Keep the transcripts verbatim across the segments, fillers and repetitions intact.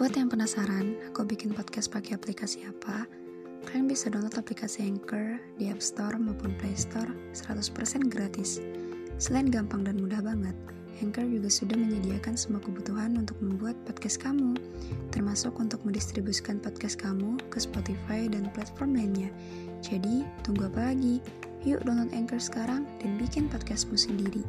Buat yang penasaran, aku bikin podcast pakai aplikasi apa? Kalian bisa download aplikasi Anchor di App Store maupun Play Store seratus persen gratis. Selain gampang dan mudah banget, Anchor juga sudah menyediakan semua kebutuhan untuk membuat podcast kamu, termasuk untuk mendistribusikan podcast kamu ke Spotify dan platform lainnya. Jadi, tunggu apa lagi? Yuk download Anchor sekarang dan bikin podcastmu sendiri.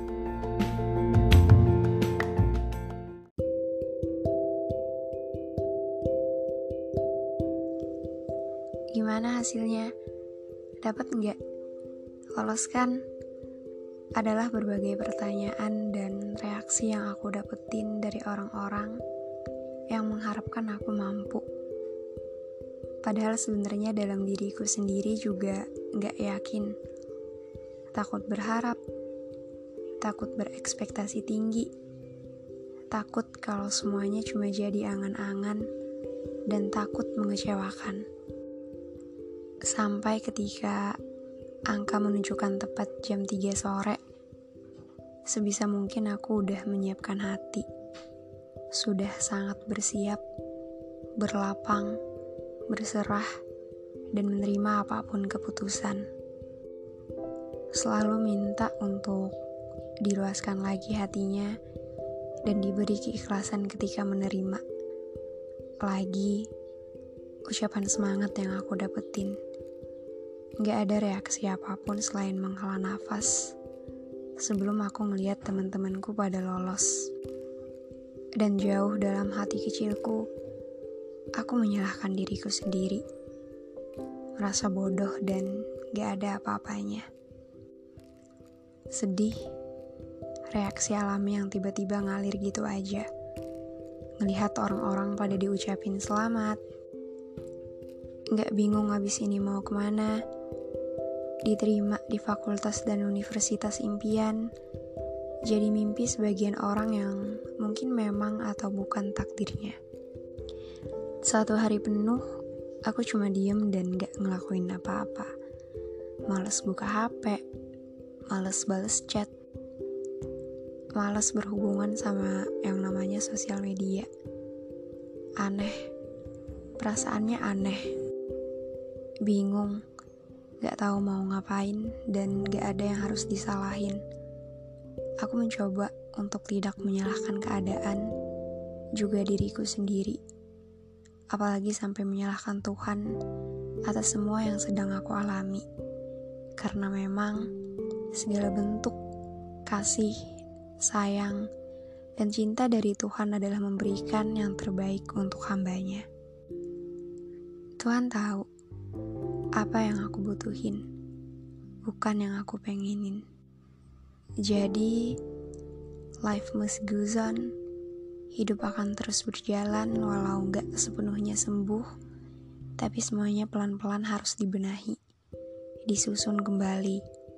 Gimana hasilnya? Dapat nggak? Lolos kan? Adalah berbagai pertanyaan dan reaksi yang aku dapetin dari orang-orang yang mengharapkan aku mampu. Padahal sebenarnya dalam diriku sendiri juga nggak yakin. Takut berharap, takut berekspektasi tinggi, takut kalau semuanya cuma jadi angan-angan, dan takut mengecewakan. Sampai ketika angka menunjukkan tepat jam tiga sore, sebisa mungkin aku udah menyiapkan hati. Sudah sangat bersiap, berlapang, berserah, dan menerima apapun keputusan. Selalu minta untuk diluaskan lagi hatinya dan diberi keikhlasan ketika menerima. Lagi, ucapan semangat yang aku dapetin. Gak ada reaksi apapun selain menghela nafas sebelum aku ngeliat teman-temanku pada lolos. Dan jauh dalam hati kecilku, aku menyalahkan diriku sendiri. Merasa bodoh dan gak ada apa-apanya. Sedih, reaksi alami yang tiba-tiba ngalir gitu aja. Ngelihat orang-orang pada diucapin selamat. Gak bingung abis ini mau kemana. Diterima di fakultas dan universitas impian, jadi mimpi sebagian orang yang mungkin memang atau bukan takdirnya. Satu hari penuh, aku cuma diem dan gak ngelakuin apa-apa. Males buka H P, males bales chat, males berhubungan sama yang namanya sosial media. Aneh, perasaannya aneh, bingung, gak tahu mau ngapain, dan gak ada yang harus disalahin. Aku mencoba untuk tidak menyalahkan keadaan, juga diriku sendiri. Apalagi sampai menyalahkan Tuhan atas semua yang sedang aku alami. Karena memang segala bentuk kasih, sayang, dan cinta dari Tuhan adalah memberikan yang terbaik untuk hambanya. Tuhan tahu apa yang aku butuhin, bukan yang aku pengenin. Jadi, life must goes on. Hidup akan terus berjalan walau gak sepenuhnya sembuh, tapi semuanya pelan-pelan harus dibenahi, disusun kembali.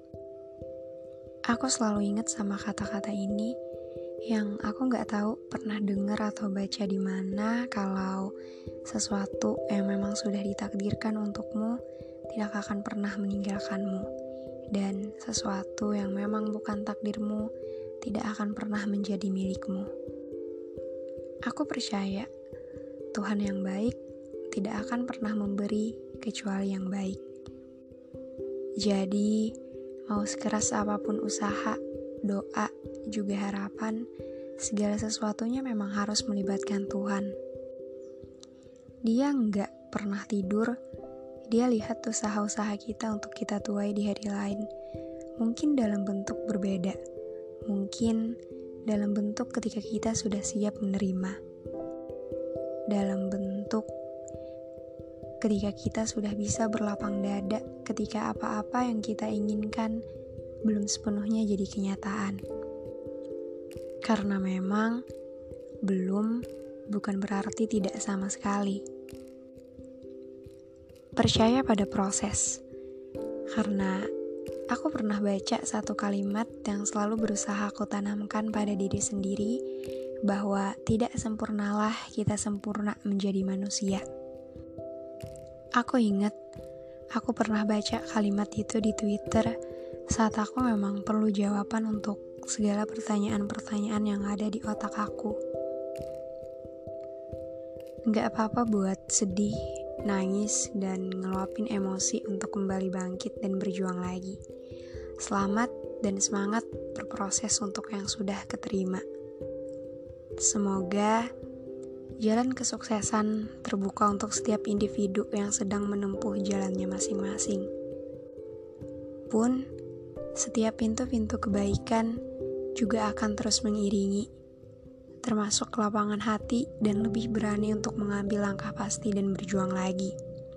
Aku selalu ingat sama kata-kata ini yang aku gak tahu pernah dengar atau baca di mana, kalau sesuatu yang memang sudah ditakdirkan untukmu tidak akan pernah meninggalkanmu, dan sesuatu yang memang bukan takdirmu tidak akan pernah menjadi milikmu. Aku percaya Tuhan yang baik tidak akan pernah memberi kecuali yang baik. Jadi, mau sekeras apapun usaha, doa, juga harapan, segala sesuatunya memang harus melibatkan Tuhan. Dia nggak pernah tidur. Dia lihat usaha-usaha kita untuk kita tuai di hari lain. Mungkin dalam bentuk berbeda. Mungkin dalam bentuk ketika kita sudah siap menerima. Dalam bentuk ketika kita sudah bisa berlapang dada ketika apa-apa yang kita inginkan belum sepenuhnya jadi kenyataan. Karena memang belum bukan berarti tidak sama sekali. Percaya pada proses, karena aku pernah baca satu kalimat yang selalu berusaha aku tanamkan pada diri sendiri, bahwa tidak sempurnalah kita sempurna menjadi manusia. Aku ingat, aku pernah baca kalimat itu di Twitter saat aku memang perlu jawaban untuk segala pertanyaan-pertanyaan yang ada di otak aku. Gak apa-apa buat sedih, nangis, dan ngeluapin emosi untuk kembali bangkit dan berjuang lagi. Selamat dan semangat berproses untuk yang sudah keterima. Semoga jalan kesuksesan terbuka untuk setiap individu yang sedang menempuh jalannya masing-masing. Pun, setiap pintu-pintu kebaikan juga akan terus mengiringi, termasuk kelapangan hati dan lebih berani untuk mengambil langkah pasti dan berjuang lagi.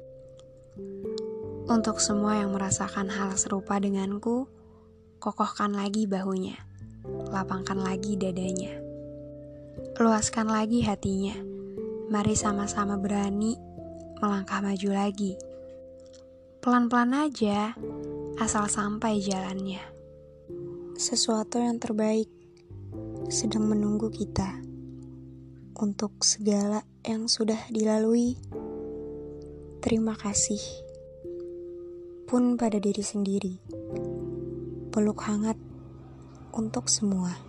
Untuk semua yang merasakan hal serupa denganku, kokohkan lagi bahunya, lapangkan lagi dadanya, luaskan lagi hatinya. Mari sama-sama berani melangkah maju lagi. Pelan-pelan aja, asal sampai jalannya. Sesuatu yang terbaik sedang menunggu kita. Untuk segala yang sudah dilalui, terima kasih. Pun pada diri sendiri, peluk hangat untuk semua.